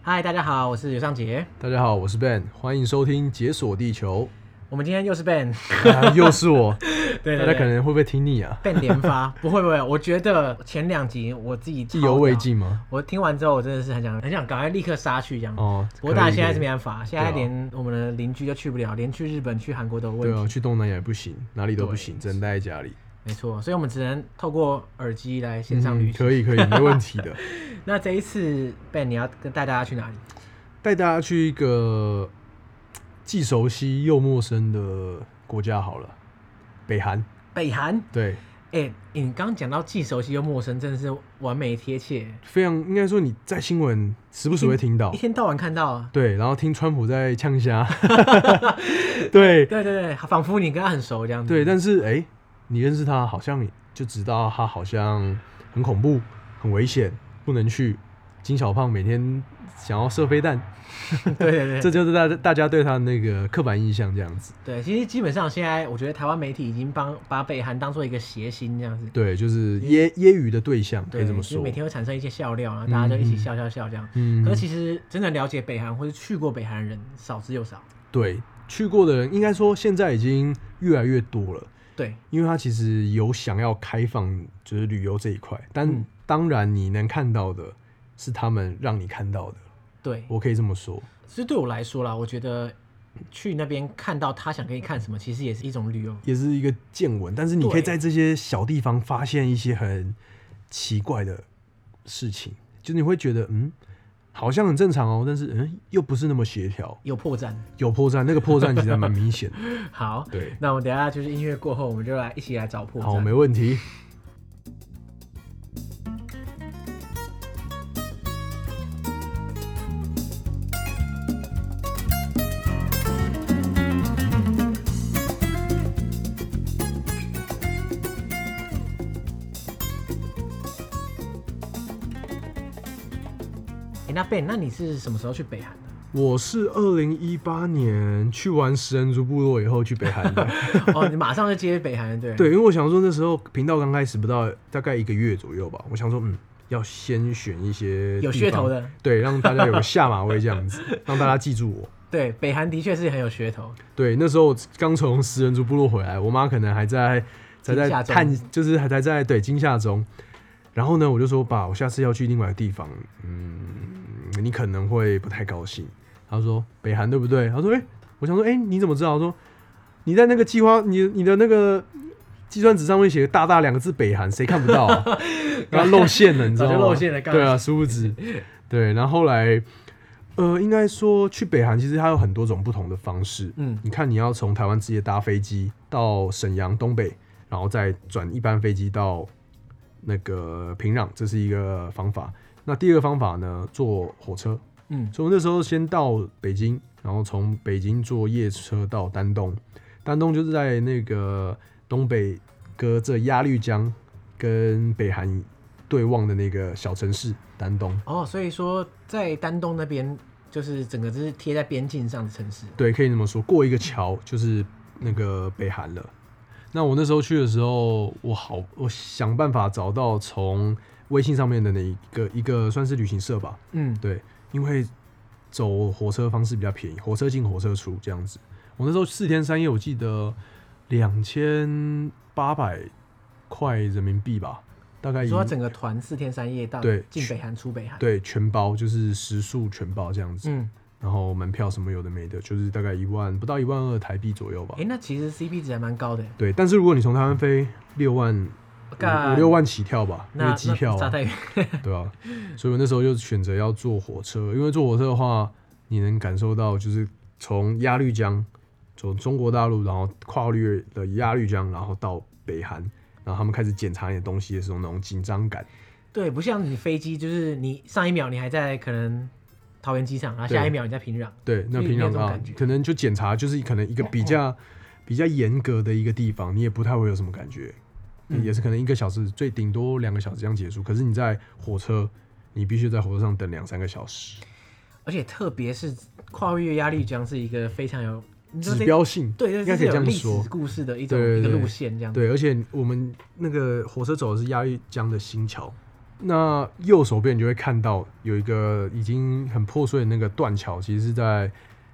嗨，大家好，我是尤尚杰。 大家好，我是 Ben， 欢迎收听《解锁地球》。 我们今天又是 Ben， 又是我。 对， 大家可能会不会听腻啊 ？Ben 连发，不会，我觉得前2集我自己意犹未尽吗？ 我听完之后，我真的是很想赶快立刻杀去这样。 哦， 不过大家现在是没办法，现在连我们的邻居都去不了，连去日本、去韩国都有问题。 对啊，去东南亚也不行，哪里都不行，只能待在家里。 没错，所以我们只能透过耳机来线上旅行。 可以，没问题的。 那这一次 Ben 你要带大家去哪里？ 带大家去一个既熟悉又陌生的国家好了，北韩。 北韩？ 对。 你刚刚讲到既熟悉又陌生，真的是完美贴切。 非常应该说你在新闻时不时会听到， 一天到晚看到啊。 对，然后听川普在呛虾。对， 仿佛你跟他很熟这样子。 对，但是你认识他，好像就知道他好像很恐怖、很危险，不能去。金小胖每天想要射飞弹， 对， 这就是大家对他那个刻板印象这样子。 对，其实基本上现在我觉得台湾媒体已经把北韩当做一个谐星这样子。 对，就是揶揄的对象，可以这么说。 每天会产生一些笑料，然后大家就一起笑这样。可是其实真的了解北韩或是去过北韩的人少之又少。 对，去过的人应该说现在已经越来越多了。 对， 因为他其实有想要开放就是旅游这一块，但当然你能看到的是他们让你看到的。 对， 我可以这么说。 其实对我来说啦，我觉得去那边看到他想可以看什么，其实也是一种旅游， 也是一个见闻。但是你可以在这些小地方发现一些很奇怪的事情，就你会觉得好像很正常哦，但是又不是那么协调， 有破绽， 那个破绽其实还蛮明显的。 好， 对， 那我们等一下就是音乐过后，我们就一起来找破绽。 好，没问题。 那 Ben， 那你是什么时候去北韩的？ 我是2018年去完食人族部落以后去北韩的。 哦，你马上就接北韩，对？ 对，因为我想说那时候频道刚开始不到大概1个月左右吧，我想说要先选一些有噱头的， 对，让大家有个下马威这样子，让大家记住我。 对，北韩的确是很有噱头。 对，那时候刚从食人族部落回来，我妈可能还在探，就是还在惊吓中。然后呢，我就说爸，我下次要去另外一个地方，你可能会不太高兴。他说北韩对不对？他说我想说你怎么知道？我说你在那个计划，你的那个计算纸上面写大2个字北韩，谁看不到啊？然后露馅了，你知道吗？ 早就露馅了， 对啊，殊不知。对，然后后来应该说去北韩其实它有很多种不同的方式。你看你要从台湾直接搭飞机到沈阳东北，然后再转一般飞机到那个平壤，这是一个方法。那第二个方法呢，坐火车。所以我那时候先到北京，然后从北京坐夜车到丹东。丹东就是在那个东北隔着鸭绿江跟北韩对望的那个小城市丹东。 哦，所以说在丹东那边就是整个就是贴在边境上的城市。 对，可以这么说，过一个桥就是那个北韩了。那我那时候去的时候，我想办法找到从微信上面的一个算是旅行社吧。对，因为走火车方式比较便宜，火车进火车出这样子。我那时候4天3夜，我记得2800块人民币吧，大概。 说整个团4天3夜到进北韩出北韩， 对，全包就是食宿全包这样子。然后门票什么有的没的，就是大概不到12000台币左右吧。 那其实 CP 值还蛮高的。 对，但是如果你从台湾飞5、6万起跳吧，那个机票差太远。 对啊，所以我那时候就选择要坐火车，因为坐火车的话，你能感受到就是从鸭绿江，从中国大陆，然后跨越了鸭绿江，然后到北韩，然后他们开始检查你的东西的时候那种紧张感。 对，不像你飞机，就是你上一秒你还在可能桃园机场，然后下一秒你在平壤。 对，那平壤啊，可能就检查就是可能一个比较严格的一个地方，你也不太会有什么感觉。也是可能1个小时，最顶多2个小时这样结束。可是你在火车，你必须在火车上等2-3个小时。 而且特别是跨越鸭绿江是一个非常有指标性， 对， 应该可以这样说， 历史故事的一个路线这样。 对，而且我们那个火车走的是鸭绿江的新桥， 那右手边你就会看到有一个已经很破碎的那个断桥，其实是在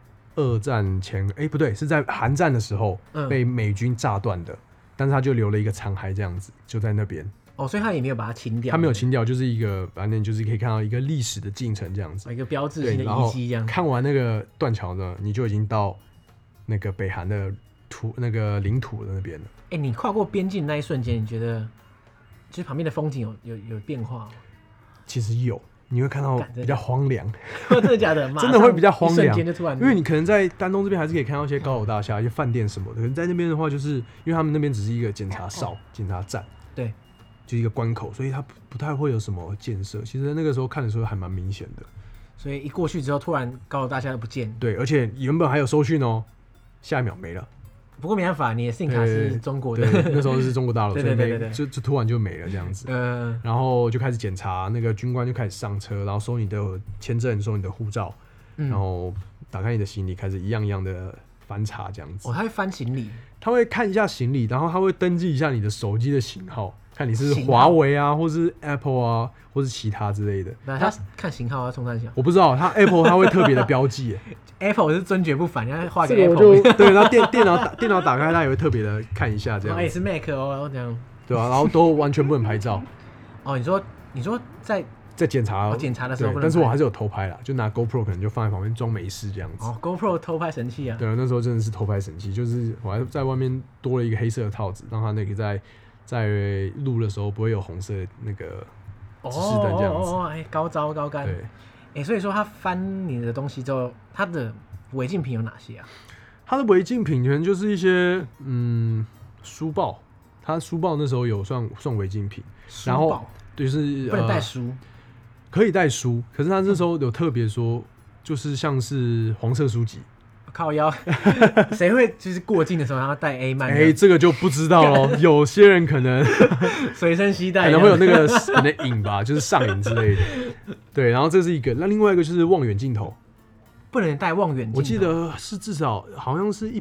2战前，不对，是在韩战的时候被美军炸断的，但是他就留了一个残骸，这样子就在那边。 所以他也没有把它清掉。 他没有清掉，就是一个反正就是可以看到一个历史的进程这样子， 一个标志性的遗迹这样。 看完那个断桥呢，你就已经到那个北韩的那个领土的那边了。 你跨过边境那一瞬间，你觉得就是旁边的风景有变化吗？ 其实有，你会看到比较荒凉。 真的假的？ 真的会比较荒凉， 因为你可能在丹东这边还是可以看到一些高楼大厦、一些饭店什么的，可是在那边的话，就是因为他们那边只是一个检查哨、检查站。 对。 就一个关口，所以它不太会有什么建设。其实那个时候看的时候还蛮明显的。 所以一过去之后，突然高楼大厦都不见。 对，而且原本还有收讯哦，下一秒没了。 不过没办法，你的 SIM 卡是中国的， 对，那时候是中国大陆，所以就突然就没了这样子。然后就开始检查，那个军官就开始上车，然后收你的签证，收你的护照，然后打开你的行李，开始一样一样的翻查这样子。 他会翻行李， 他会看一下行李，然后他会登记一下你的手机的型号。看你是华为啊，或是 Apple 啊，或是其他之类的。 他看型号啊，冲三小。 我不知道，他 Apple 他会特别的标记。 Apple 是尊爵不凡，人家画给 Apple。 对，然后电脑打开，他也会特别的看一下这样。 也是 Mac 哦，这样。 对啊，然后都完全不能拍照。 你说在检查的时候不能拍， 但是我还是有偷拍啦，就拿 GoPro 可能就放在旁边装没事这样子。 GoPro 偷拍神器啊。 对啊，那时候真的是偷拍神器，就是我还在外面多了一个黑色的套子，让他那个在录的时候不会有红色的那个指示灯这样子。 高招高干。对，所以说他翻你的东西之后，他的违禁品有哪些啊？ 他的违禁品可能就是一些书报，他书报那时候有算违禁品。然后就是不能带书， 可以带书，可是他那时候有特别说，就是像是黄色书籍。 靠腰，谁会就是过境的时候然后带 A 漫？ 这个就不知道咯。有些人可能随身携带， 可能会有那个可能瘾吧，就是上瘾之类的。对，然后这是一个，那另外一个就是望远镜头， 不能带望远镜头。 我记得是至少好像是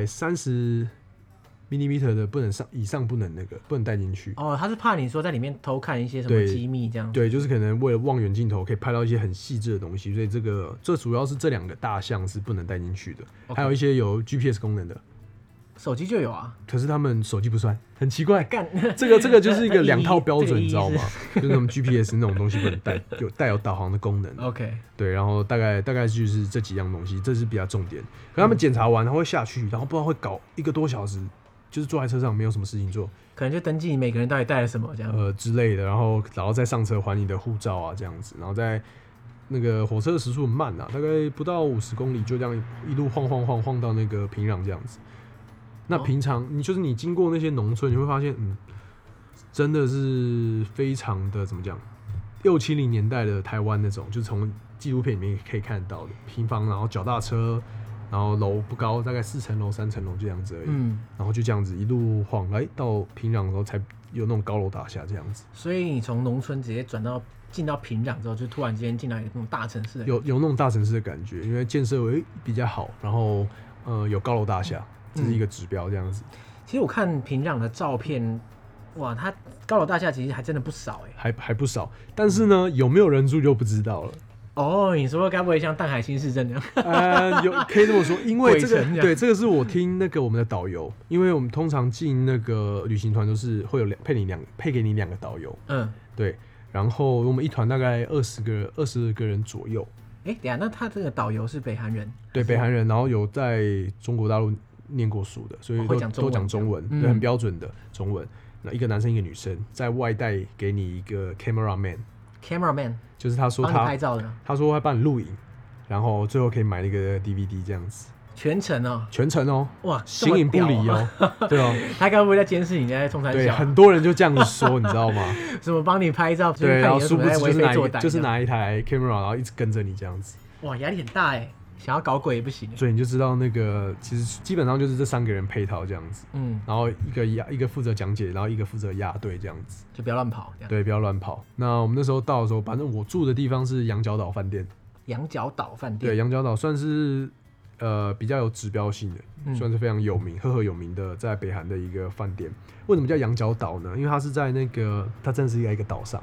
130mm 的，不能以上不能不能带进去。 他是怕你说在里面偷看一些什么机密这样。 对，就是可能为了望远镜头可以拍到一些很细致的东西，所以这主要是这2个大项是不能带进去的。还有一些有 GPS 功能的， 手机就有啊， 可是他们手机不算，很奇怪。这个就是一个2套标准，你知道吗？就是什么 GPS 那种东西不能带，带有导航的功能。 OK， 对，然后大概就是这几样东西，这是比较重点。可他们检查完，他会下去，然后不知道会搞1个多小时。就是坐在车上没有什么事情做， 可能就登记每个人到底带了什么这样之类的，然后再上车还你的护照啊这样子，然后在那个火车的时速很慢啊，大概不到50公里就这样一路晃到那个平壤这样子。那平常你经过那些农村，你会发现真的是非常的怎么讲，60、70年代的台湾那种，就是从纪录片里面可以看得到的平房，然后脚踏车。然后楼不高，大概4层楼、3层楼这样子而已。然后就这样子一路晃来到平壤的时候，才有那种高楼大厦这样子。 所以你从农村直接进到平壤之后，就突然之间进到一个那种大城市的有那种大城市的感觉，因为建设比较好，然后有高楼大厦，这是一个指标这样子。 其实我看平壤的照片，哇，它高楼大厦其实还真的不少还不少。但是呢，有没有人住就不知道了。 你说该不会像淡海新市镇这样？ 可以这么说，因为这个是我听我们的导游，因为我们通常进那个旅行团都是会有配给你2个导游，对，然后我们一团大概20个人左右。 等一下，那他这个导游是北韩人？ 对，北韩人，然后有在中国大陆念过书的，所以都讲中文，对，很标准的中文。那一个男生一个女生，在外带给你一个 cameraman， 就是他说帮你拍照的， 他说会帮你录影，然后最后可以买那个 DVD 这样子。 全程哦， 哇， 形影不离哦，对哦， 他该不会在监视你在冲三小？ 对，很多人就这样子说，你知道吗？ 什么帮你拍照， 对，然后殊不知就是拿一台 camera， 然后一直跟着你这样子。 哇，压力很大想要搞鬼也不行。 所以你就知道那个其实基本上就是这3个人配套这样子，然后一个负责讲解，然后一个负责押队这样子， 就不要乱跑。 对，不要乱跑。那我们那时候到的时候，反正我住的地方是羊角岛饭店。 羊角岛饭店， 对，羊角岛算是比较有指标性的，算是非常有名、赫赫有名的，在北韩的一个饭店。为什么叫羊角岛呢？因为它是在它真的是在一个岛上，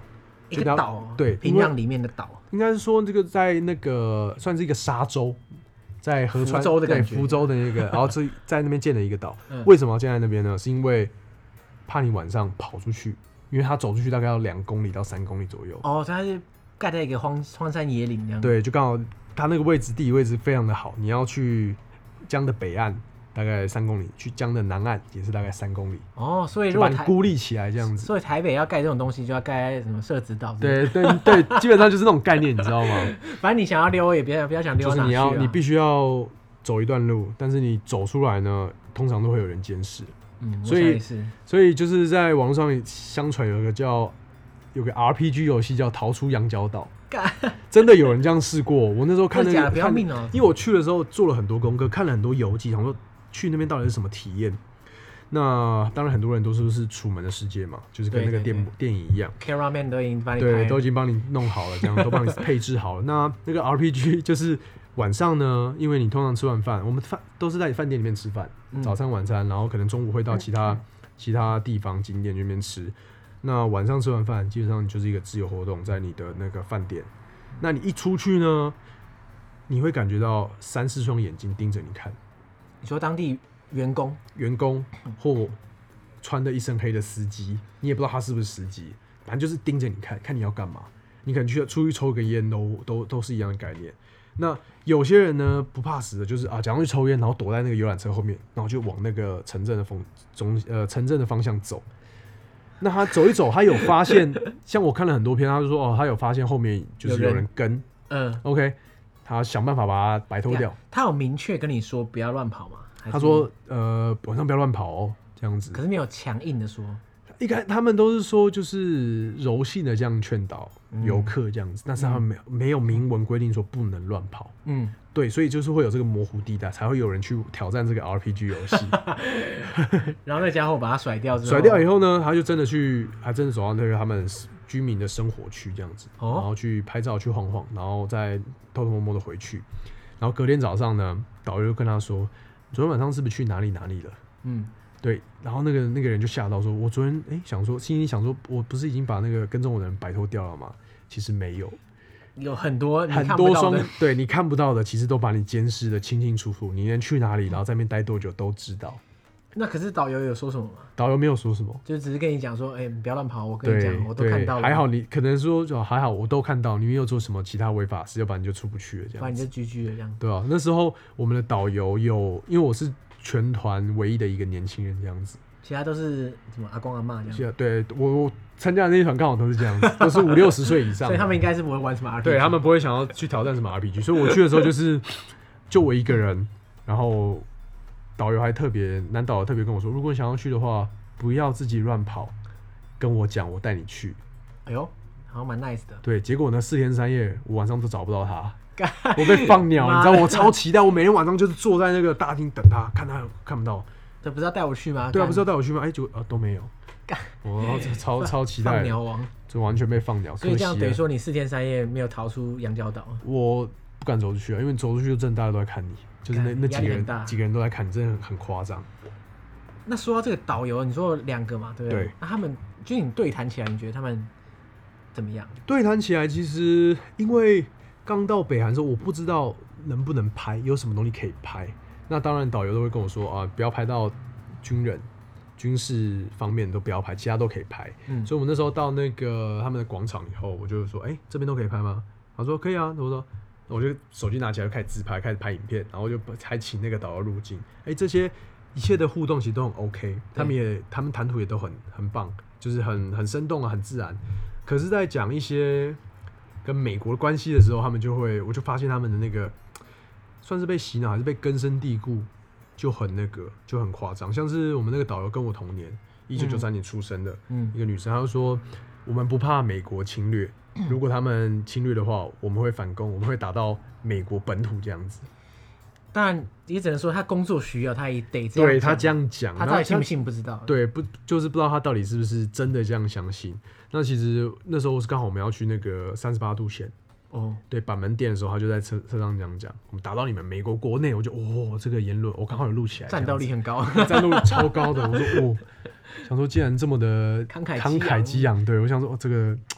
一个岛， 对， 平壤里面的岛， 应该是说这个在那个算是一个沙洲，在河川福州的感觉， 福州的那个，然后在那边建了一个岛。为什么要建在那边呢？是因为怕你晚上跑出去，因为它走出去大概要2公里到3公里左右。 哦，所以它是盖在一个荒山野岭那样。 对，就刚好它那个地理位置非常的好，你要去江的北岸大概3公里，去江的南岸也是大概3公里。 哦，所以如果把你孤立起来这样子， 所以台北要盖这种东西，就要盖在什么社子岛。 对，基本上就是那种概念，你知道吗？ 反正你想要溜也不要想溜哪去就是你必须要走一段路，但是你走出来呢，通常都会有人监视。所以就是在网络上相传有个 RPG 游戏叫《逃出羊角岛》，真的有人这样试过。我那时候看那个， 不要命哦！ 因为我去的时候做了很多功课，看了很多游记，想说去那边到底是什么体验。那当然很多人都是楚门的世界嘛，就是跟那个电影一样 ，Cameraman 都已经帮你对，都已经帮你弄好了，这样都帮你配置好了。那个 RPG 就是晚上呢，因为你通常吃完饭，我们都是在饭店里面吃饭，早餐、晚餐，然后可能中午会到其他地方景点那边吃。那晚上吃完饭，基本上就是一个自由活动，在你的那个饭店。那你一出去呢，你会感觉到3-4双眼睛盯着你看。 你说当地员工或穿的一身黑的司机，你也不知道他是不是司机，反正就是盯着你看你要干嘛。你可能出去抽个烟都是一样的概念。那有些人呢不怕死的，就是假装去抽烟，然后躲在那个游览车后面，然后就往那个城镇的方向走。那他走一走，他有发现，像我看了很多篇，他就说他有发现后面就是有人跟，OK， 他想办法把他摆脱掉。 他有明确跟你说不要乱跑吗？ 他说晚上不要乱跑哦，这样子。 可是没有强硬的说。 他们都是说就是柔性的这样劝导游客这样子，但是他们没有明文规定说不能乱跑。对，所以就是会有这个模糊地带，才会有人去挑战这个 RPG 游戏。 然后那家伙把他甩掉之后， 甩掉以后呢，他就真的走到那个他们居民的生活区这样子，然后去拍照去晃晃，然后再偷偷摸摸的回去。然后隔天早上呢，导游就跟他说：“昨天晚上是不是去哪里了？”对，然后那个人就吓到说：“我昨天心里想说，我不是已经把那个跟踪我的人摆脱掉了吗？其实没有， 有很多双对你看不到的，其实都把你监视的清清楚楚，你能去哪里，然后在那边待多久都知道。” 那可是导游有说什么吗？ 导游没有说什么， 就只是跟你讲说：“你不要乱跑，我跟你讲，我都看到了。” 还好你可能说还好，我都看到，你没有做什么其他违法事，要不然你就出不去了，这样。 不然你就GG了这样。 对啊，那时候我们的导游因为我是全团唯一的一个年轻人这样子， 其他都是什么阿公阿嬷这样。 对，我参加的那一团刚好都是这样子，都是50-60岁以上， 所以他们应该是不会玩什么 RPG， 对他们不会想要去挑战什么 RPG， 所以我去的时候就我一个人，然后男导游特别跟我说，如果想要去的话，不要自己乱跑，跟我讲，我带你去。 哎呦，好像蛮 nice 的。 对，结果呢，4天3夜我晚上都找不到他。我被放鸟，你知道我超期待，我每天晚上就是坐在那个大厅等他，看他看不到。 这不是要带我去吗？ 对啊，不是要带我去吗？结果都没有。我超期待。 放鸟王， 就完全被放鸟。 所以这样等于说你4天3夜没有逃出羊角岛。 我不敢走出去啊，因为走出去就真的大家都在看你，就是那几个人都在看你，真的很夸张。 那说到这个导游，你说有2个嘛，对不对？对。那他们就是你对谈起来，你觉得他们怎么样？ 对谈起来，其实因为刚到北韩的时候，我不知道能不能拍，有什么东西可以拍。那当然，导游都会跟我说不要拍到军事方面都不要拍，其他都可以拍。所以我们那时候到那个他们的广场以后，我就说，这边都可以拍吗？他说可以啊。我说，我就手机拿起来就开始自拍，开始拍影片，然后就还请那个导游入镜。这些一切的互动其实都很 OK， 他们谈吐也都很棒，就是很生动啊，很自然。可是，在讲一些跟美国的关系的时候，我就发现他们的那个算是被洗脑还是被根深蒂固，就很夸张。像是我们那个导游跟我同年，1993年出生的一个女生，她就说我们不怕美国侵略，如果他们侵略的话，我们会反攻，我们会打到美国本土这样子。 当然也只能说他工作需要，他也得这样讲。 对，他这样讲， 他到底信不信不知道。 对，就是不知道他到底是不是真的这样相信。那其实那时候是刚好我们要去那个38度线，对，板门店的时候，他就在车上这样讲，我们打到你们美国国内，我就这个言论我刚好有录起来， 战斗力很高， 战斗力超高的。我说想说既然这么的慷慨激昂，对我想说这个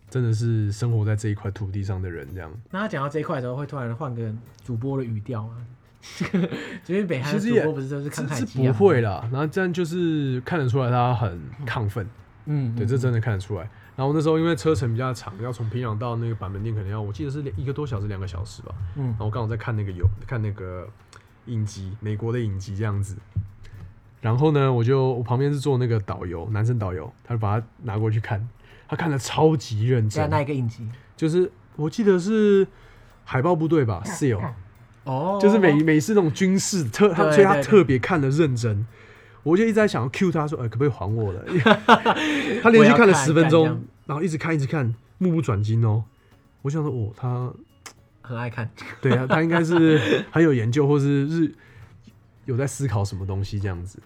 真的是生活在这一块土地上的人这样。 那他讲到这一块的时候，会突然换个主播的语调吗？因为北韩的主播不是都是慷慨激昂？ 不会啦，然后这样就是看得出来他很亢奋，对，这真的看得出来。然后那时候因为车程比较长，要从平壤到那个板门店，可能要我记得是1个多小时、2个小时吧。然后我刚好在看那个影集，美国的影集这样子。然后呢，我旁边是做那个导游，男生导游，他就把他拿过去看，他看得超级认真。 那一个影集？ 就是我记得是海豹部队吧 ，SEAL。就是美式那种军事所以他特别看得认真。我就一直在想要 cue 他说，可不可以还我了？他连续看了10分钟，然后一直看，目不转睛哦。我想说，他很爱看。 对啊，他应该是很有研究，或是有在思考什么东西这样子。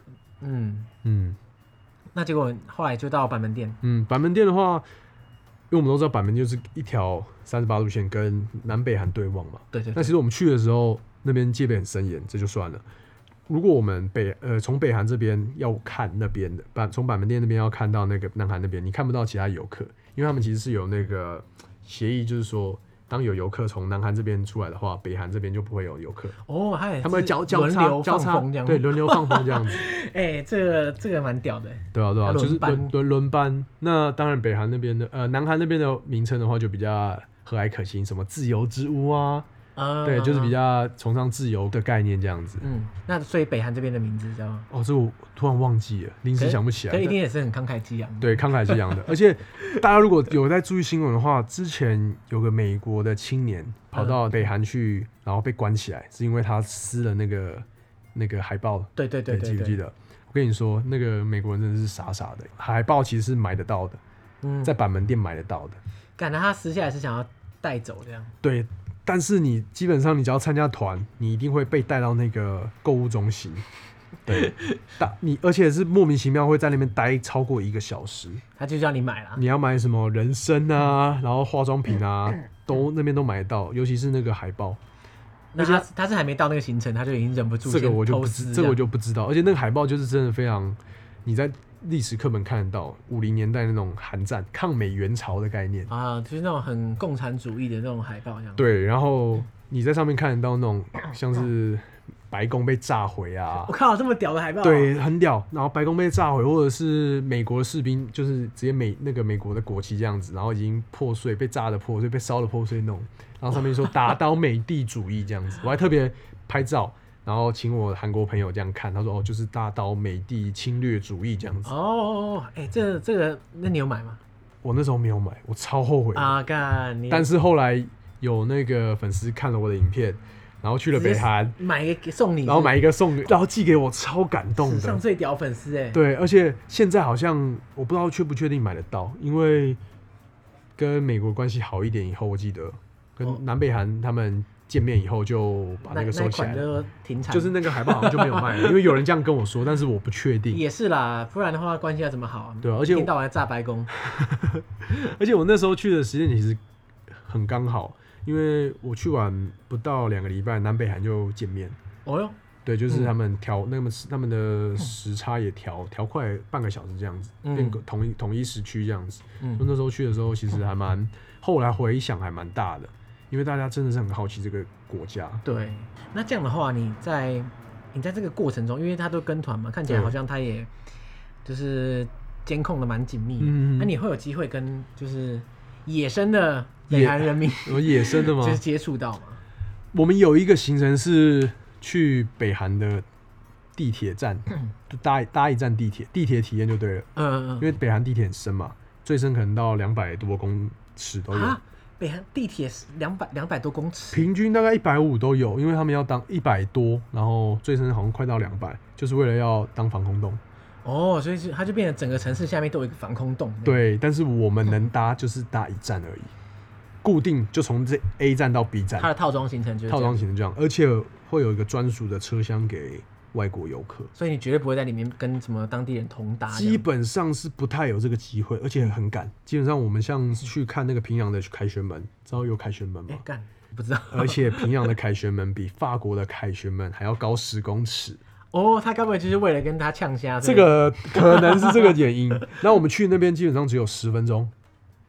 那结果后来就到板门店。 板门店的话，因为我们都知道板门就是一条38路线跟南北韩对望嘛。 对。 那其实我们去的时候，那边戒备很森严，这就算了。如果我们从北韩这边要看那边的，从板门店那边要看到那个南韩那边，你看不到其他游客，因为他们其实是有那个协议，就是说，当有游客从南韩这边出来的话，北韩这边就不会有游客。 他们交轮流放风这样。 对，轮流放风这样子。 这个蛮屌的。 对啊，就是轮班。那当然，北韩那边的南韩那边的名称的话，就比较和蔼可亲，什么自由之屋啊。对，就是比较崇尚自由的概念这样子。 那所以北韩这边的名字叫这我突然忘记了，临时想不起来。 这一定也是很慷慨激昂。 对，慷慨激昂的。而且大家如果有在注意新闻的话，之前有个美国的青年跑到北韩去，然后被关起来，是因为他撕了那个海报。 对， 记不记得？我跟你说，那个美国人真的是傻傻的，海报其实是买得到的，在板门店买得到的。 感觉他撕下来是想要带走这样。 对。但是你基本上，你只要参加团，你一定会被带到那个购物中心，对，而且是莫名其妙会在那边待超过1个小时。 他就叫你买了， 你要买什么人参啊，然后化妆品啊，那边都买得到，尤其是那个海报。 那他是还没到那个行程，他就已经忍不住。 这个我就不知道，而且那个海报就是真的非常，你在历史课本看得到50年代那种韩战抗美援朝的概念啊，就是那种很共产主义的那种海报这样。 对，然后你在上面看得到那种像是白宫被炸毁啊！ 我靠，这么屌的海报！ 对，很屌。然后白宫被炸毁，或者是美国的士兵就是直接美国的国旗这样子，然后已经破碎，被炸的破碎，被烧的破碎那种。然后上面说打倒美帝主义这样子，我还特别拍照。然后请我韩国朋友这样看，他说就是打倒美帝侵略主义这样子。 这个，那你有买吗？ 我那时候没有买，我超后悔的。但是后来有那个粉丝看了我的影片，然后去了北韩， 买一个送你， 然后买一个送，然后寄给我，超感动的。 史上最屌粉丝对，而且现在好像我不知道确不确定买得到，因为跟美国关系好一点以后，我记得跟南北韩他们见面以后就把那个收起来了，就是那个海报好像就没有卖了，因为有人这样跟我说，但是我不确定。 也是啦，不然的话关系要怎么好？ 对，而且听到晚炸白宫。 而且我那时候去的时间其实很刚好，因为我去完不到2个礼拜，南北韩就见面。对，就是他们他们的时差也调快半个小时这样子，变统一时区这样子。所以那时候去的时候，其实还蛮，后来回想还蛮大的。因为大家真的是很好奇这个国家。 对，那这样的话，你在这个过程中，因为他都跟团嘛，看起来好像他也就是监控的蛮紧密的。那你会有机会跟就是野生的北韩人民有野生的吗？ 就是接触到吗？ 我们有一个行程是去北韩的地铁站，就搭一站地铁体验就对了。因为北韩地铁很深嘛，最深可能到200多公尺都有。 北韩地铁200多公尺， 平均大概150都有，因为他们要当100多，然后最深好像快到200，就是为了要当防空洞。 所以它就变成整个城市下面都有一个防空洞。 对，但是我们能搭就是搭一站而已，固定就从这 A 站到 B 站。 它的套装行程就是这样，而且会有一个专属的车厢给外国游客， 所以你绝对不会在里面跟什么当地人同搭。 基本上是不太有这个机会，而且很赶。基本上我们像去看那个平壤的凯旋门，知道有凯旋门吗？ 不知道。 而且平壤的凯旋门比法国的凯旋门还要高10公尺。 他该不会就是为了跟他呛虾？ 这个可能是这个原因。那我们去那边基本上只有10分钟，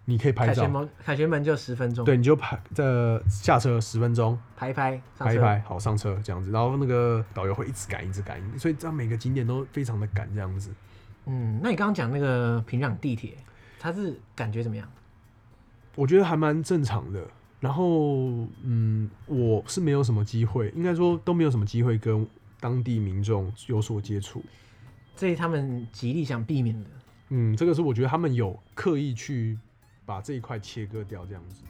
你可以拍照。 凯旋门就10分钟。 对，你就下车10分钟， 拍一拍， 好上车这样子。然后那个导游会一直赶，所以这样每个景点都非常的赶这样子。 那你刚刚讲那个平壤地铁，它是感觉怎么样？ 我觉得还蛮正常的。然后我是没有什么机会，应该说都没有什么机会跟当地民众有所接触， 这是他们极力想避免的。 这个是我觉得他们有刻意去把这一块切割掉这样子。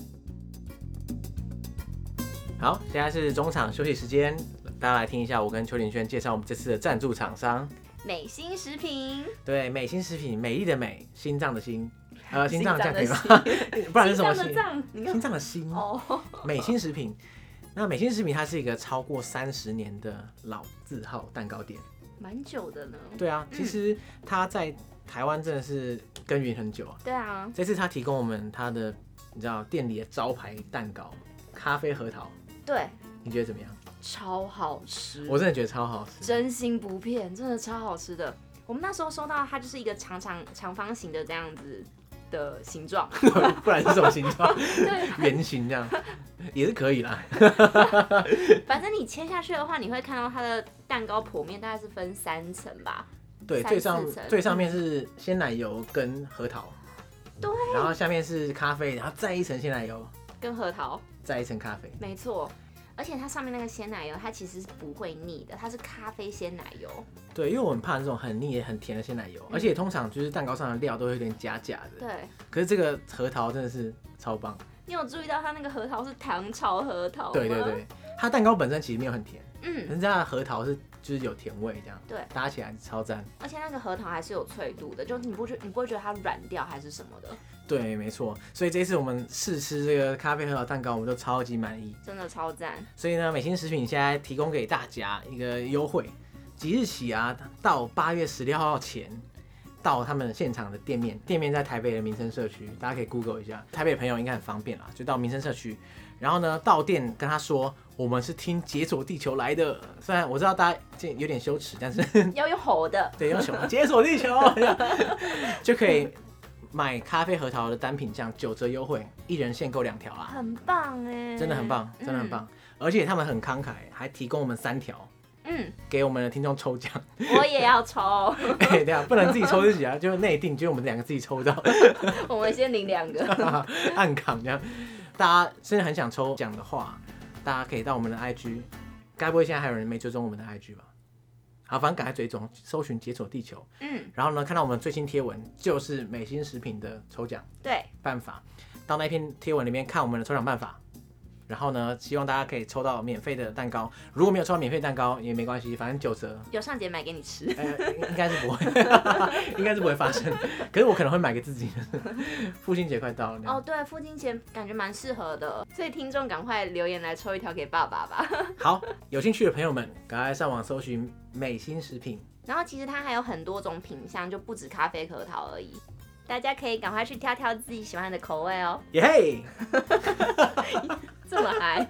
好，现在是中场休息时间，大家来听一下我跟邱林轩介绍我们这次的赞助厂商美心食品。 对，美心食品，美丽的美，心脏的心。心脏这样可以吗？不然是什么心？心脏的心。美心食品，那美心食品它是一个超过30年的老字号蛋糕店， 蛮久的呢。 对啊，其实它在台湾真的是耕耘很久啊。 对啊， 这次它提供我们它的，你知道店里的招牌蛋糕，咖啡核桃。 对， 你觉得怎么样？ 超好吃， 我真的觉得超好吃， 真心不骗，真的超好吃的。我们那时候收到它就是一个长方形的这样子的形状， 不然是什么形状？圆形这样也是可以啦。 反正你切下去的话，你会看到它的蛋糕剖面大概是分3层吧。 对，最上面是鲜奶油跟核桃， 对， 然后下面是咖啡，然后再一层鲜奶油跟核桃， 再一层咖啡， 没错。而且它上面那个鲜奶油，它其实是不会腻的，它是咖啡鲜奶油。 对，因为我很怕这种很腻、很甜的鲜奶油，而且通常就是蛋糕上的料都会有点假的。 对。 可是这个核桃真的是超棒。 你有注意到它那个核桃是糖炒核桃吗？ 对对对，它蛋糕本身其实没有很甜， 可是它的核桃是就是有甜味这样， 对， 搭起来超赞。 而且那个核桃还是有脆度的，就你不会觉得它软掉还是什么的。 对，没错。所以这一次我们试吃这个咖啡核桃蛋糕，我们都超级满意， 真的超赞。 所以呢，美心食品现在提供给大家一个优惠，即日起啊，到8月16号前，到他们现场的店面在台北的民生社区，大家可以 Google 一下，台北的朋友应该很方便啦，就到民生社区，然后呢到店跟他说我们是听解锁地球来的，虽然我知道大家有点羞耻，但是要用吼的， 对，用熊解锁地球就可以买咖啡核桃的单品酱9折优惠，1人限购2条啊， 很棒哎， 真的很棒，真的很棒，而且他们很慷慨，还提供我们3条。给我们的听众抽奖， 我也要抽。 对啊，不能自己抽自己啊，就内定，就我们2个自己抽到。 我们先领2个， 暗扛这样。大家真的很想抽奖的话，大家可以到我们的 IG， 该不会现在还有人没追踪我们的 IG 吧？好，反正赶快追踪，搜寻解锁地球。然后呢，看到我们最新贴文就是美心食品的抽奖办法，到那篇贴文里面看我们的抽奖办法。然后呢，希望大家可以抽到免费的蛋糕。如果没有抽到免费蛋糕也没关系，反正9折。 有上节买给你吃。 应该是不会，应该是不会发生。可是我可能会买给自己的。父亲节快到了。 哦，对，父亲节感觉蛮适合的，所以听众赶快留言来抽1条给爸爸吧。 好，有兴趣的朋友们，赶快上网搜寻美心食品。 然后其实它还有很多种品项，就不止咖啡核桃而已。大家可以赶快去挑挑自己喜欢的口味哦。 耶嘿！ 这么嗨！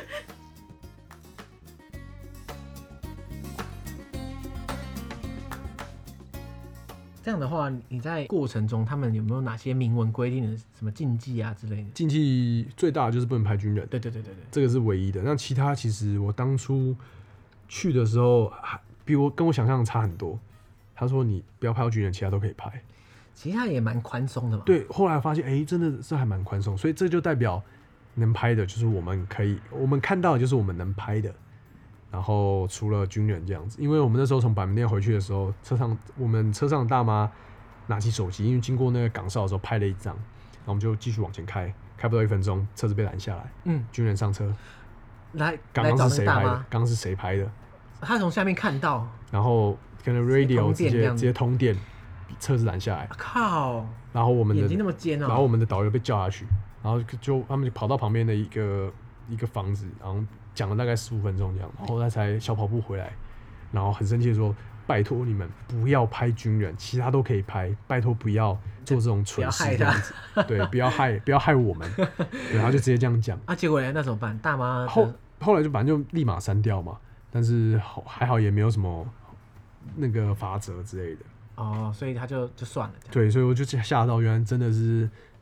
这样的话，你在过程中他们有没有哪些明文规定的什么禁忌啊之类的？ 禁忌最大的就是不能拍军人。 对， 这个是唯一的。那其他其实我当初去的时候，跟我想象的差很多。他说你不要拍到军人，其他都可以拍。 其他也蛮宽松的嘛。 对，后来发现，真的是还蛮宽松，所以这就代表能拍的就是我们看到的就是我们能拍的。然后除了军人这样子，因为我们那时候从板门店回去的时候，我们车上的大妈拿起手机，因为经过那个岗哨的时候拍了一张，然后我们就继续往前开，开不到1分钟，车子被拦下来。军人上车，刚刚是谁拍的？刚刚是谁拍的？ 他从下面看到， 然后可能 radio 直接通电，车子拦下来。 靠！ 然后我们的眼睛那么尖哦。 然后我们的导游被叫下去，然后他们就跑到旁边的一个房子，然后讲了大概15分钟这样，然后他才小跑步回来，然后很生气的说：“拜托你们不要拍军人，其他都可以拍，拜托不要做这种蠢事这样子，对，不要害我们。”对，他就直接这样讲。 结果呢？那怎么办？大妈后来就反正就立马删掉嘛，但是还好也没有什么那个罚则之类的。 哦，所以他就算了。 对，所以我就吓到，原来真的是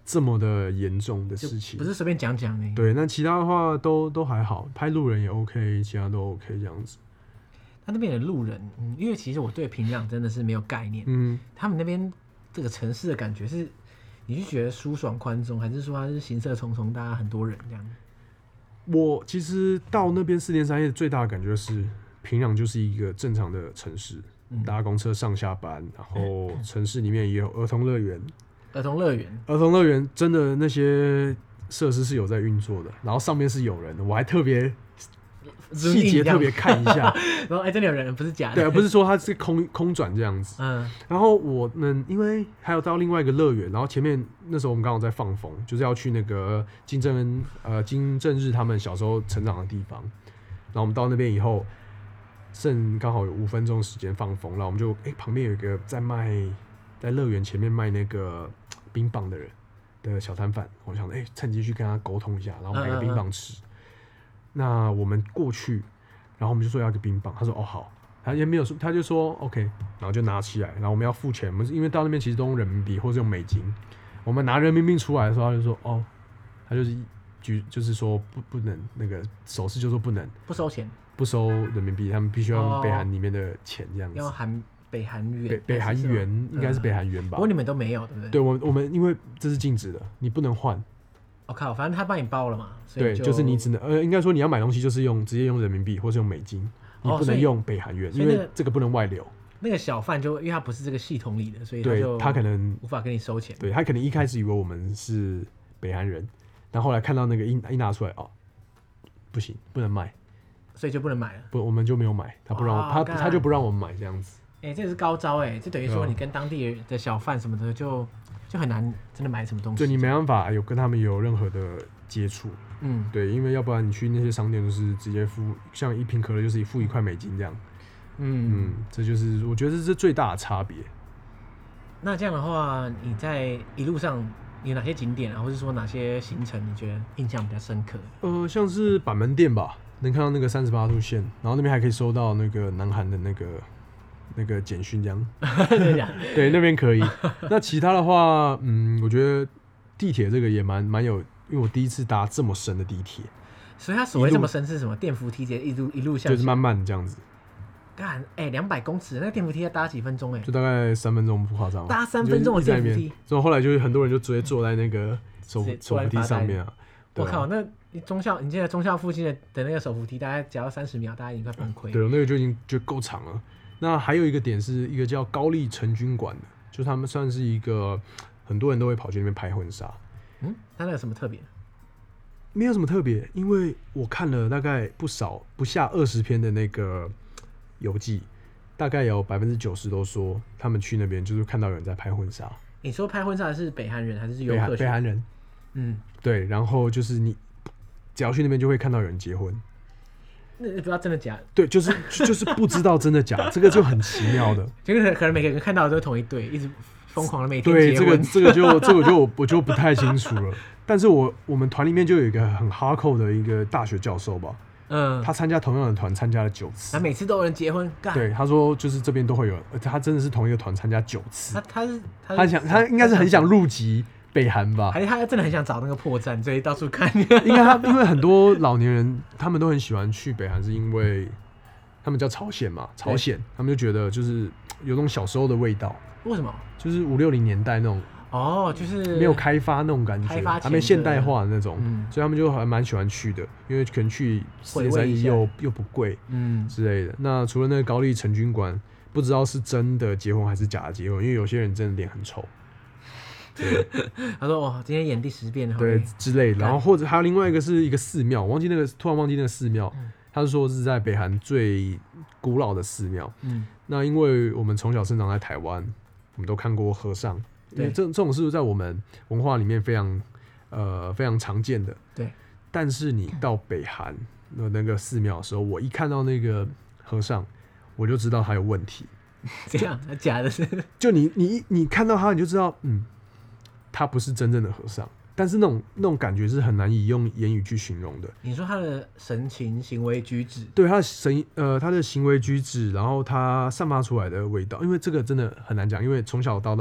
这么的严重的事情， 不是随便讲讲的。 对，那其他的话都还好，拍路人也 OK， 其他都 OK 这样子。 他那边的路人，因为其实我对平壤真的是没有概念，他们那边这个城市的感觉是，你是觉得舒爽宽松，还是说它是行色匆匆，大家很多人这样？ 我其实到那边4天3夜最大的感觉是，平壤就是一个正常的城市，搭公车上下班，然后城市里面也有儿童乐园。 儿童乐园真的那些设施是有在运作的，然后上面是有人的，我还特别细节特别看一下， 然后真的有人，不是假的， 对，不是说它是空转这样子。然后我们因为还有到另外一个乐园，然后前面那时候我们刚好在放风，就是要去那个金正日他们小时候成长的地方，然后我们到那边以后，剩刚好有5分钟时间放风，然后我们就旁边有一个在乐园前面卖那个冰棒的人的小摊贩，我想趁机去跟他沟通一下，然后买个冰棒吃。那我们过去，然后我们就说要个冰棒，他说好，他也没有说，他就说 OK， 然后就拿起来，然后我们要付钱，我们因为到那边其实都用人民币或是用美金，我们拿人民币出来的时候，他就说他就是说不能那个手势就说不能不收钱， 不收人民币，他们必须要用北韩里面的钱这样子， 要北韩元， 北韩元应该是北韩元吧？ 不过你们都没有，对不对？ 对，我们因为这是禁止的，你不能换。 我靠，反正他帮你包了嘛，所以对，就是你只能应该说你要买东西就是直接用人民币或是用美金，你不能用北韩元，因为这个不能外流。 那个小贩因为他不是这个系统里的，所以他可能无法跟你收钱。 对，他可能一开始以为我们是北韩人，但后来看到那个一拿出来不行，不能卖， 所以就不能买了。 不，我们就没有买，他不让他就不让我们买这样子。 这是高招这等于说你跟当地的小贩什么的就很难真的买什么东西。 对，你没办法跟他们有任何的接触。对，因为要不然你去那些商店就是直接付，像一瓶可乐就是付1块美金这样。这就是我觉得这是最大的差别。 那这样的话，你在一路上有哪些景点或者说哪些行程你觉得印象比较深刻？ 像是板门店吧，能看到那个38度线，然后那边还可以收到那个南韩的那个简讯这样。对，那边可以。那其他的话，我觉得地铁这个也蛮有，因为我第一次搭这么深的地铁。 所以它所谓这么深是什么？电扶梯直接一路向， 就是慢慢这样子。 干200公尺，那个电扶梯要搭几分钟？ 就大概3分钟，不夸张。 搭3分钟的电扶梯， 所以后来就是很多人就直接坐在那个手扶梯上面啊。 我靠，那你记得中校附近的那个手扶梯，大概只要30秒，大家已经快崩溃。 对，那个就已经觉得够长了。那还有一个点是一个叫高丽成军馆的，就他们算是一个很多人都会跑去那边拍婚纱。 那有什么特别？ 没有什么特别，因为我看了大概不下20篇的那个游记，大概有90%都说他们去那边就是看到有人在拍婚纱。 你说拍婚纱的是北韩人还是游客？ 北韩人。对，然后就是你只要去那边就会看到有人结婚。 那不知道真的假的？ 对，就是不知道真的假的，这个就很奇妙的。 就是可能每个人看到的都是同一对，一直疯狂的每天结婚。 对，我就不太清楚了。但是我们团里面就有一个很哈扣的一个大学教授吧，他参加同样的团参加了9次， 他每次都有人结婚。 对，他说就是这边都会有，他真的是同一个团参加9次。 他应该是很想入籍北韩吧？ 还是他真的很想找那个破绽，所以到处看？ 因为很多老年人他们都很喜欢去北韩，是因为他们叫朝鲜嘛，朝鲜他们就觉得就是有那种小时候的味道。 为什么？ 就是5、60年代那种。 就是没有开发那种感觉，还没现代化的那种，所以他们就还蛮喜欢去的，因为可能去4天3夜又不贵，之类的。那除了那个高丽成军馆，不知道是真的结婚还是假的结婚，因为有些人真的脸很丑。 他说：“今天演第10遍， 对之类的。”然后或者还有另外一个是一个寺庙，突然忘记那个寺庙，他是说是在北韩最古老的寺庙。那因为我们从小生长在台湾，我们都看过和尚。因为这种事在我们文化里面非常常见的。对。但是你到北韩的那个寺庙的时候，我一看到那个和尚，我就知道他有问题。 这样？假的是？ 就你看到他，你就知道，他不是真正的和尚。但是那种感觉是很难以用言语去形容的。 你说他的神情、行为举止， 对他的行为举止，然后他散发出来的味道，因为这个真的很难讲，因为从小到大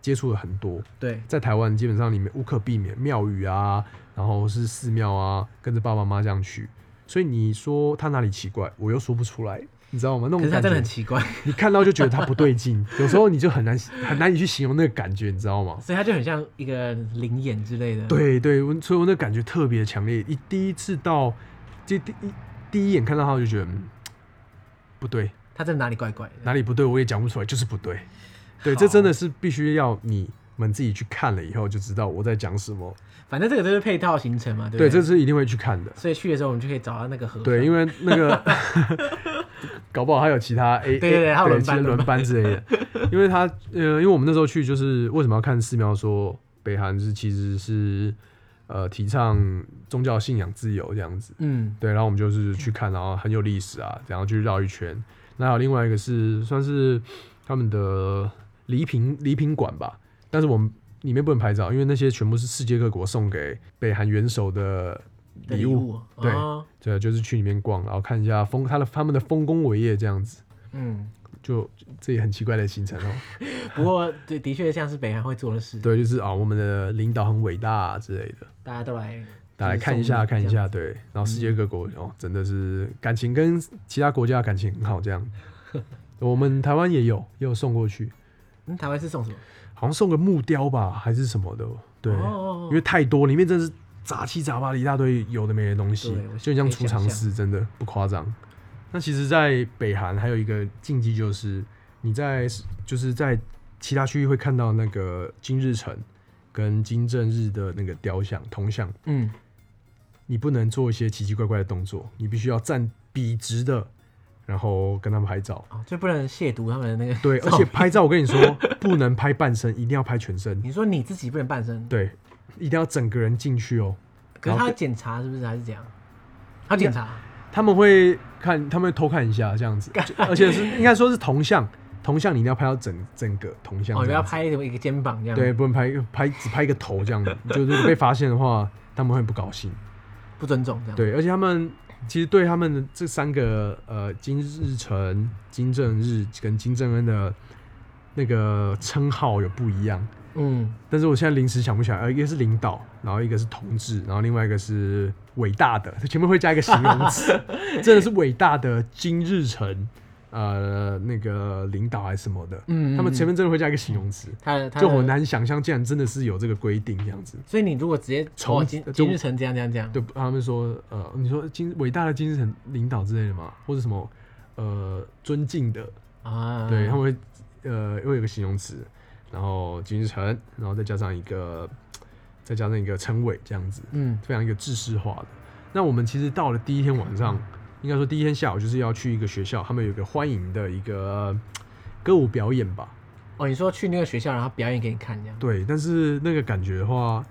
接触了很多。 对， 在台湾基本上你们无可避免，庙宇啊，然后是寺庙啊，跟着爸爸妈妈这样去，所以你说他哪里奇怪，我又说不出来，你知道吗？那种感觉， 可是他真的很奇怪， 你看到就觉得他不对劲，有时候你就很难以去形容那个感觉，你知道吗？ 所以他就很像一个灵眼之类的。 对对，所以我那感觉特别强烈。第一次到，第一眼看到他，我就觉得不对， 他真的哪里怪怪的， 哪里不对我也讲不出来，就是不对。对，这真的是必须要你们自己去看了以后就知道我在讲什么。 反正这个都是配套行程嘛，对不对？ 对， 这是一定会去看的。 所以去的时候我们就可以找到那个河。 对，因为那个搞不好还有其他对，还有轮班之类的。因为因为我们那时候去就是为什么要看寺庙？说北韩其实是提倡宗教信仰自由这样子。对，然后我们就是去看，然后很有历史啊，然后去绕一圈。那还有另外一个是算是他们的礼品馆吧，但是我们里面不能拍照，因为那些全部是世界各国送给北韩元首的礼物。对，就是去里面逛，然后看一下他们的丰功伟业这样子。就这也很奇怪的行程哦。 不过的确像是北韩会做的事。 对，就是我们的领导很伟大之类的， 大家都来看一下，对。然后世界各国真的是感情跟其他国家的感情很好，这样。我们台湾也有送过去。 台湾是送什么？ 好像送个木雕吧，还是什么的。对，因为太多，里面真的是杂七杂八的一大堆有的没的东西，就像储藏室，真的不夸张。那其实，在北韩还有一个禁忌，就是你在其他区域会看到那个金日成跟金正日的那个雕像铜像，你不能做一些奇奇怪怪的动作，你必须要站笔直的，然后跟他们拍照， 就不能亵渎他们的那个。 对，而且拍照我跟你说，不能拍半身，一定要拍全身。 你说你自己不能半身？ 对，一定要整个人进去哦。 可是他检查是不是还是怎样？他检查。 他们会偷看一下这样子，而且是应该说是铜像你一定要拍到整个铜像。 不要拍一个肩膀这样。 对，不能只拍一个头这样子，就如果被发现的话，他们会不高兴， 不尊重这样。 对，而且他们其实对他们的这三个金日成、金正日跟金正恩的那个称号有不一样。但是我现在临时想不起来，一个是领导，然后一个是同志，然后另外一个是伟大的，前面会加一个形容词，真的是伟大的金日成，那个领导还是什么的，他们前面真的会加一个形容词，就很难想象，竟然真的是有这个规定这样子。 所以你如果直接从金日成这样，对， 他们说你说伟大的金日成领导之类的嘛，或者什么尊敬的啊，对，他们会有个形容词。然后金日成，然后再加上一个称谓这样子，非常一个制式化的。那我们其实到了第一天晚上，应该说第一天下午就是要去一个学校，他们有一个欢迎的一个歌舞表演吧。 你说去那个学校，然后表演给你看这样？ 对，但是那个感觉的话，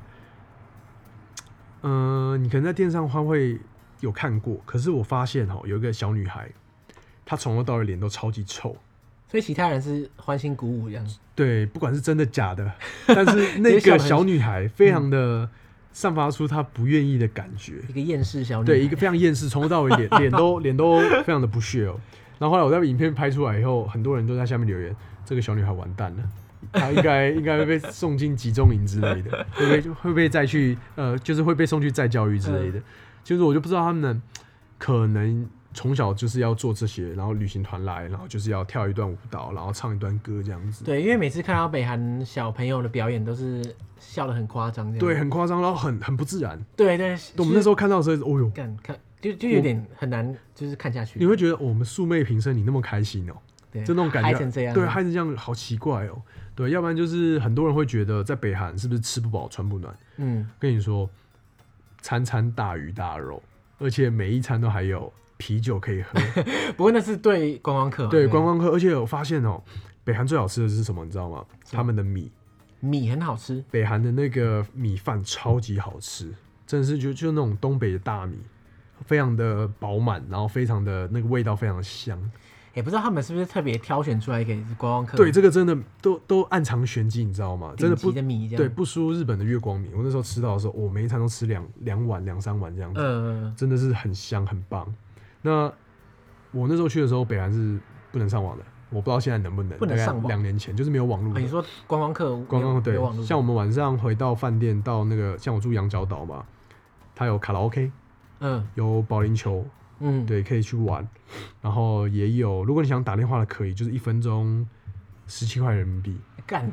你可能在电视上会有看过，可是我发现有一个小女孩，她从头到尾脸都超级臭。 所以其他人是欢欣鼓舞这样子， 对，不管是真的假的，但是那个小女孩非常的散发出她不愿意的感觉， 一个厌世小女孩， 对，一个非常厌世，从头到尾脸都非常的不屑哦。然后后来我在影片拍出来以后，很多人都在下面留言，这个小女孩完蛋了，她应该会被送进集中营之类的，会不会再去就是会被送去再教育之类的。就是我就不知道他们可能从小就是要做这些，然后旅行团来，然后就是要跳一段舞蹈，然后唱一段歌这样子。 对，因为每次看到北韩小朋友的表演，都是笑得很夸张，这样。 对，很夸张，然后很不自然。 对， 我们那时候看到的时候，哦呦， 看就有点很难，就是看下去。 你会觉得我们素昧平生，你那么开心哦，就那种感觉， 嗨成这样， 对，嗨成这样，好奇怪哦。对，要不然就是很多人会觉得在北韩是不是吃不饱穿不暖？跟你说，餐餐大鱼大肉，而且每一餐都还有啤酒可以喝。 不过那是对观光客， 对观光客，而且我发现北韩最好吃的是什么？你知道吗？他们的米很好吃。 北韩的那个米饭超级好吃，真的是就那种东北的大米，非常的饱满，然后非常的那个味道非常的香。 也不知道他们是不是特别挑选出来给观光客。 对，这个真的都暗藏玄机，你知道吗？真的不的米这样， 对，不输日本的月光米。我那时候吃到的时候，我每一餐都吃两碗两三碗这样子，真的是很香很棒。那我那时候去的时候，北韩是不能上网的， 我不知道现在能不能， 不能上网。 2年前就是没有网络。 你说观光客对， 网络， 像我们晚上回到饭店，到那个像我住羊角岛嘛，它有卡拉 OK， 有保龄球，对，可以去玩，然后也有，如果你想打电话的可以，就是1分钟17块人民币。 干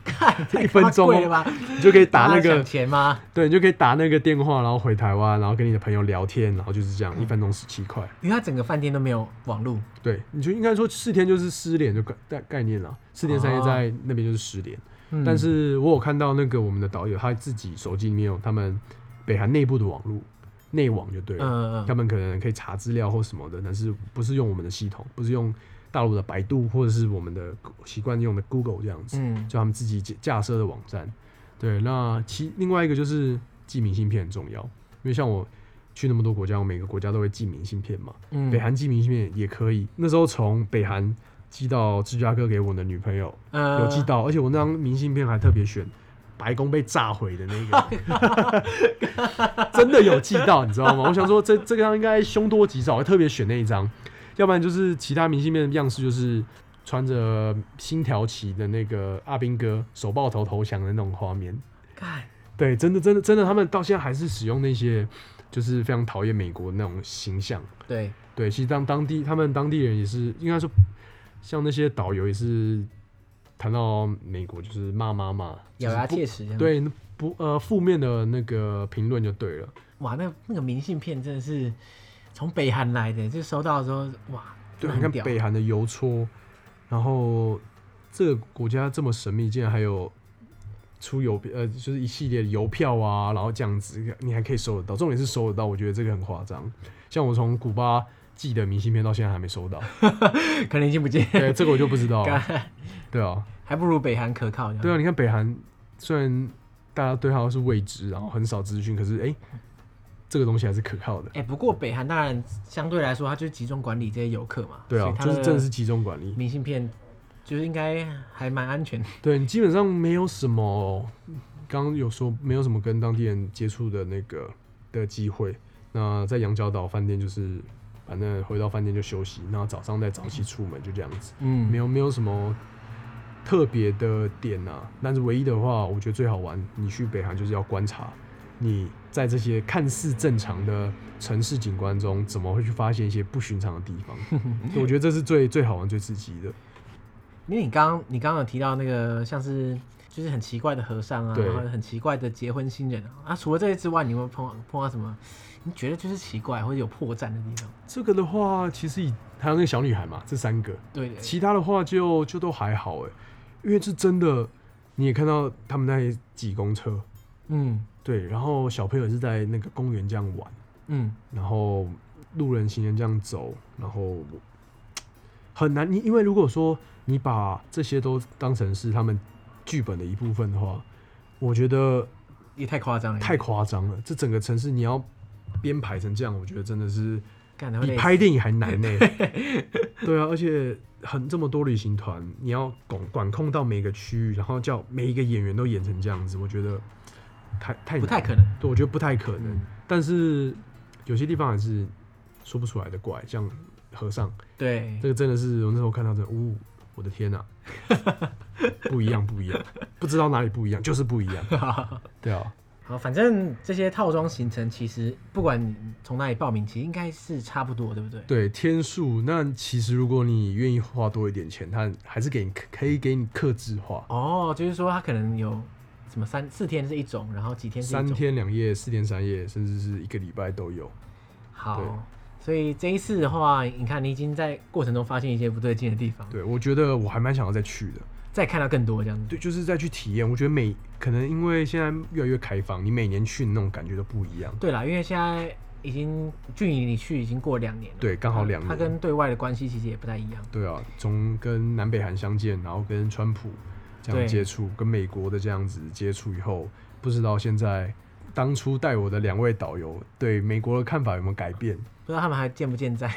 1分钟了吧？ 你就可以打那个钱吗？ 对，你就可以打那个电话，然后回台湾，然后跟你的朋友聊天，然后就是这样，1分钟17块。 因为它整个饭店都没有网路。 对，你就应该说4天就是失联就概念了，4天3夜在那边就是失联。但是我有看到那个我们的导游，他自己手机里面有他们北韩内部的网路，内网就对了。他们可能可以查资料或什么的，但是不是用我们的系统，不是用大陆的百度或者是我们的习惯用的 Google 这样子，就他们自己架设的网站。对，那另外一个就是寄明信片很重要，因为像我去那么多国家，我每个国家都会寄明信片嘛。北韩寄明信片也可以，那时候从北韩寄到芝加哥给我的女朋友，有寄到，而且我那张明信片还特别选白宫被炸毁的那个，真的有寄到，你知道吗？我想说这个应该凶多吉少，特别选那一张。要不然就是其他明信片的样式，就是穿着星条旗的那个阿兵哥手抱头投降的那种画面。对，真的，他们到现在还是使用那些，就是非常讨厌美国的那种形象。对，其实他们当地人也是，应该说，像那些导游也是谈到美国就是骂， 咬牙切齿。 对，负面的那个评论就对了。 哇，那个明信片真的是。从北韩来的，就收到的时候，哇！ 对，你看北韩的邮戳，然后这个国家这么神秘，竟然还有出就是一系列的邮票啊，然后这样子，你还可以收得到。重点是收得到，我觉得这个很夸张。像我从古巴寄的明信片到现在还没收到， 可能已经不见。 对，这个我就不知道了。对啊， 还不如北韩可靠。 对啊，你看北韩虽然大家对它是未知，然后很少资讯，可是这个东西还是可靠的。 不过北韩当然相对来说，它就是集中管理这些游客嘛。 对啊，就是真的是集中管理。 明信片就是应该还蛮安全的。 对，你基本上没有什么，刚刚有说没有什么跟当地人接触的的机会。那在羊角岛饭店就是反正回到饭店就休息，然后早上再早起出门，就这样子。没有什么特别的点啊。但是唯一的话，我觉得最好玩，你去北韩就是要观察。你在这些看似正常的城市景观中，怎么会去发现一些不寻常的地方？我觉得这是最好玩、最刺激的。 因为你刚刚有提到那个像是就是很奇怪的和尚啊，然后很奇怪的结婚新人啊，除了这些之外，你有没有碰到什么你觉得就是奇怪或者有破绽的地方？ 这个的话，其实还有那个小女孩嘛，这3个，对，其他的话就都还好因为是真的，你也看到他们在挤公车，对，然后小朋友是在那个公园这样玩，然后路人行人这样走，然后很难。因为如果说你把这些都当成是他们剧本的一部分的话，我觉得也太夸张了。 太夸张了！这整个城市你要编排成这样，我觉得真的是比拍电影还难呢。对啊，而且这么多旅行团，你要管控到每个区域，然后叫每一个演员都演成这样子，我觉得。 不太可能， 对，我觉得不太可能。但是有些地方还是说不出来的怪，像和尚，对，这个真的是我那时候看到我的天哪，不一样，不知道哪里不一样，就是不一样。对啊， 好，反正这些套装行程其实不管你从哪里报名，其实应该是差不多，对不对？ 对，天数那其实如果你愿意花多一点钱，他还是可以给你客制化。 就是说他可能有。什么4天是一种，然后几天是一种 ？3天2夜、4天3夜，甚至是1个礼拜都有。 好，所以这一次的话，你看你已经在过程中发现一些不对劲的地方。 对，我觉得我还蛮想要再去的， 再看到更多这样子。 对，就是再去体验。我觉得可能因为现在越来越开放，你每年去的那种感觉都不一样。 对啦，因为现在已经距离你去已经过2年了。 对，刚好2年。 它跟对外的关系其实也不太一样。 对啊，从跟南北韩相见，然后跟川普。这样接触，跟美国的这样子接触以后，不知道现在当初带我的2位导游对美国的看法有没有改变？ 不知道他们还健不健在？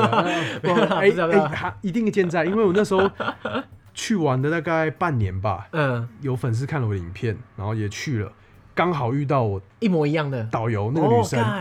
一定健在，因为我那时候去玩的大概半年吧，有粉丝看了我的影片，然后也去了，刚好遇到我一模一样的导游那个女生，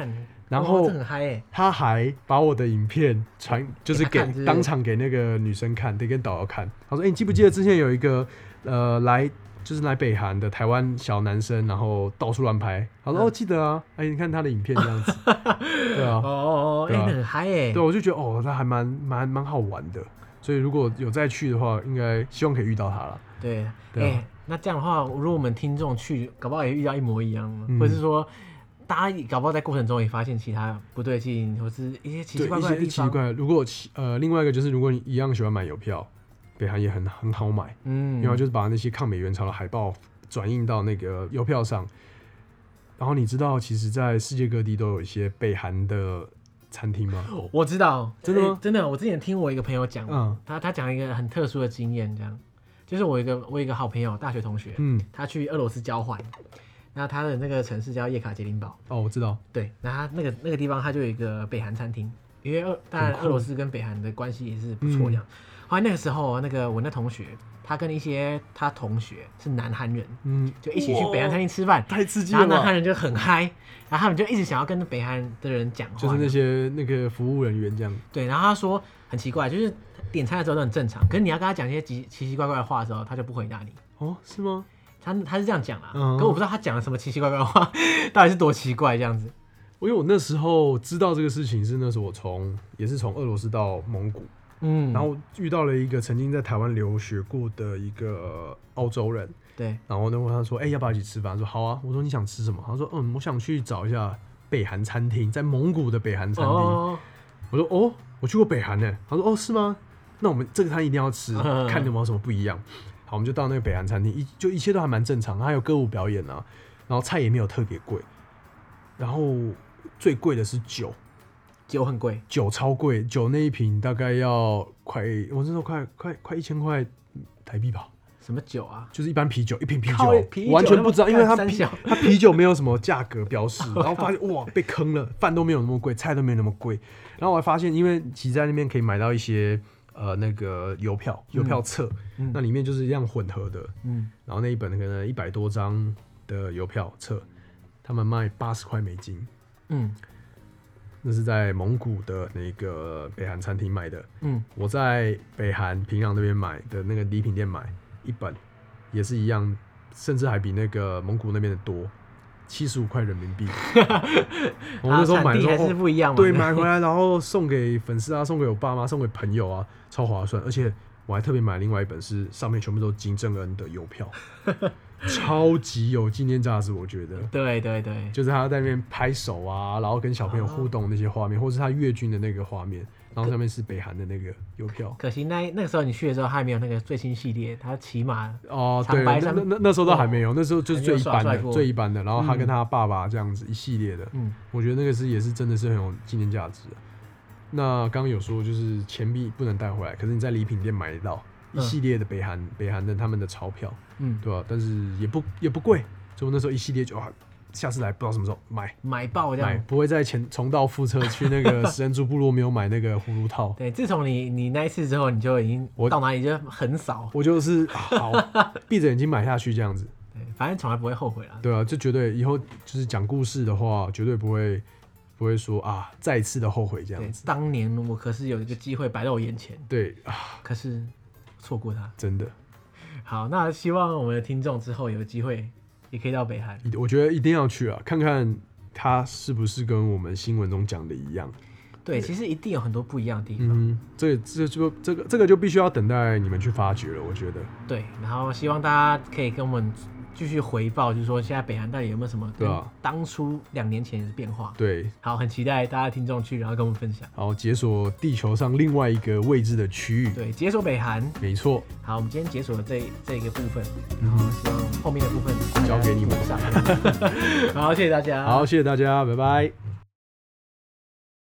然后很嗨欸， 他还把我的影片传，就是当场给那个女生看，得跟导游看。他说：“你记不记得之前有一个来北韩的台湾小男生，然后到处乱拍？”他说：“记得啊，你看他的影片这样子。”对啊， 那很嗨欸。 对，我就觉得那还蛮好玩的。所以如果有再去的话，应该希望可以遇到他了。 对，那这样的话，如果我们听众去，搞不好也遇到一模一样的，或者是说。大家搞不好在过程中也发现其他不对劲，或是一些奇奇怪怪的地方。 奇怪，如果另外一个就是，如果你一样喜欢买邮票，北韩也很好买，然后就是把那些抗美援朝的海报转印到那个邮票上。然后你知道，其实，在世界各地都有一些北韩的餐厅吗？ 我知道， 真的吗？ 真的，我之前听我一个朋友讲，他讲一个很特殊的经验，这样，就是我有一个好朋友，大学同学，他去俄罗斯交换。那他的那个城市叫叶卡捷琳堡。 我知道。 对，那他那个地方他就有一个北韩餐厅，因为当然俄罗斯跟北韩的关系也是不错这样。后来那个时候，我那同学，他跟一些他同学是南韩人，就一起去北韩餐厅吃饭， 太刺激了。 然后南韩人就很嗨，然后他们就一直想要跟北韩的人讲话， 就是那个服务人员这样。 对，然后他说很奇怪，就是点餐的时候都很正常，可是你要跟他讲一些奇奇怪怪的话的时候，他就不回答你。 是吗？ 他是这样讲啦，可我不知道他讲了什么奇奇怪怪的话，到底是多奇怪这样子。 因为我那时候知道这个事情是那时候也是从俄罗斯到蒙古，然后遇到了一个曾经在台湾留学过的一个澳洲人， 对， 然后呢问他说：“要不要一起吃饭？”他说：“好啊。”我说：“你想吃什么？”他说：“我想去找一下北韩餐厅，在蒙古的北韩餐厅。”我说：“我去过北韩呢。”他说：“是吗？那我们这个餐一定要吃，看有没有什么不一样。”好，我们就到那个北韩餐厅，一切都还蛮正常，还有歌舞表演啊，然后菜也没有特别贵，然后最贵的是酒很贵， 酒超贵，酒那一瓶大概要我那时候快1000块台币吧。 什么酒啊？ 就是一般啤酒，一瓶啤酒，完全不知道，因为它啤酒没有什么价格标示，然后发现被坑了，饭都没有那么贵，菜都没有那么贵，然后我还发现，因为其实在那边可以买到一些。那个邮票册，那里面就是一样混合的，然后那一本可能100多张的邮票册，他们卖80块美金，那是在蒙古的那个北韩餐厅买的，我在北韩平壤那边买的那个礼品店买一本，也是一样，甚至还比那个蒙古那边的多。75块人民币，我那时候买的时候还是不一样嘛。 对，买回来然后送给粉丝啊，送给我爸妈，送给朋友啊，超划算。而且我还特别买另外一本，是上面全部都是金正恩的邮票，超级有纪念价值，我觉得。 对， 就是他在那边拍手啊，然后跟小朋友互动那些画面，或是他阅军的那个画面。然后上面是北韩的那个邮票， 可惜那个时候你去的时候还没有那个最新系列，它骑马对，那时候都还没有，那时候就是最一般的，然后他跟他爸爸这样子一系列的，我觉得那个也是真的是很有纪念价值的。那刚刚有说就是钱币不能带回来，可是你在礼品店买得到一系列的北韩的他们的钞票，对吧？但是也不贵，所以我那时候一系列就下次来不知道什么时候买爆这样， 不会再重蹈覆辙去那个食人族部落没有买那个葫芦套。 对，自从你那一次之后，你就已经到哪里就很少。 我就是好闭着眼睛买下去这样子。 对，反正从来不会后悔啦。 对啊，就绝对以后就是讲故事的话，绝对不会说再次的后悔这样子。 当年我可是有一个机会摆在我眼前， 对可是错过它。 真的。 好，那希望我们的听众之后有机会。也可以到北韩， 我觉得一定要去啊，看看它是不是跟我们新闻中讲的一样。 对，其实一定有很多不一样的地方。 这个就必须要等待你们去发掘了，我觉得。 对，然后希望大家可以跟我们继续回报，就是说现在北韩到底有没有什么跟当初2年前的变化？对，好，很期待大家听众去，然后跟我们分享。好，解锁地球上另外一个未知的区域。对，解锁北韩。没错。好，我们今天解锁了这个部分，然后希望后面的部分交给你们上。好，谢谢大家。好，谢谢大家，拜拜。